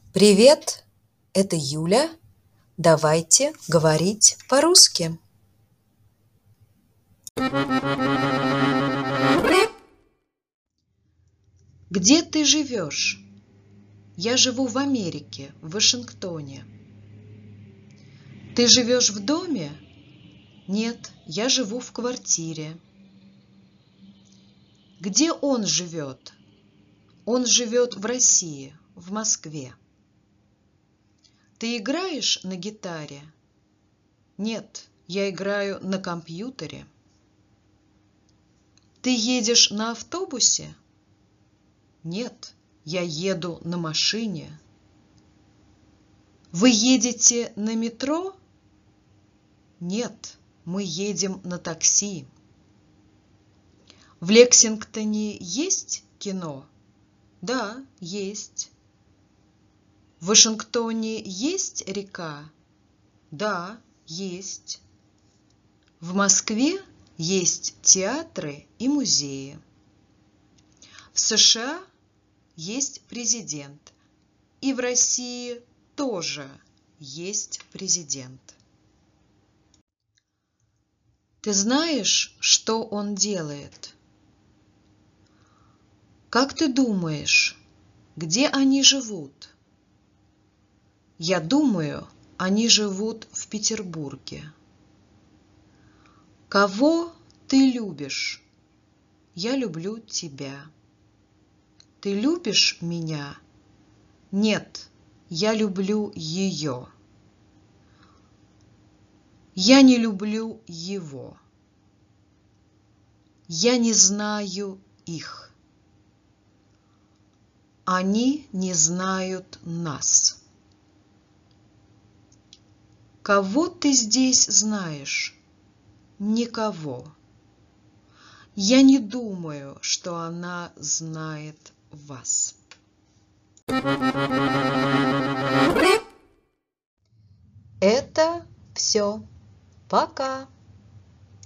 Привет, это Юля. Давайте говорить по-русски. Где ты живешь? Я живу в Америке, в Вашингтоне. Ты живешь в доме? Нет, я живу в квартире. Где он живет? Он живет в России, в Москве. Ты играешь на гитаре? Нет, я играю на компьютере. Ты едешь на автобусе? Нет, я еду на машине. Вы едете на метро? Нет, мы едем на такси. В Лексингтоне есть кино? Да, есть. В Вашингтоне есть река? Да, есть. В Москве есть театры и музеи. В США есть президент. И в России тоже есть президент. Ты знаешь, что он делает? Как ты думаешь, где они живут? Я думаю, они живут в Петербурге. Кого ты любишь? Я люблю тебя. Ты любишь меня? Нет, я люблю ее. Я не люблю его. Я не знаю их. Они не знают нас. Кого ты здесь знаешь? Никого. Я не думаю, что она знает вас. Это все. Пока.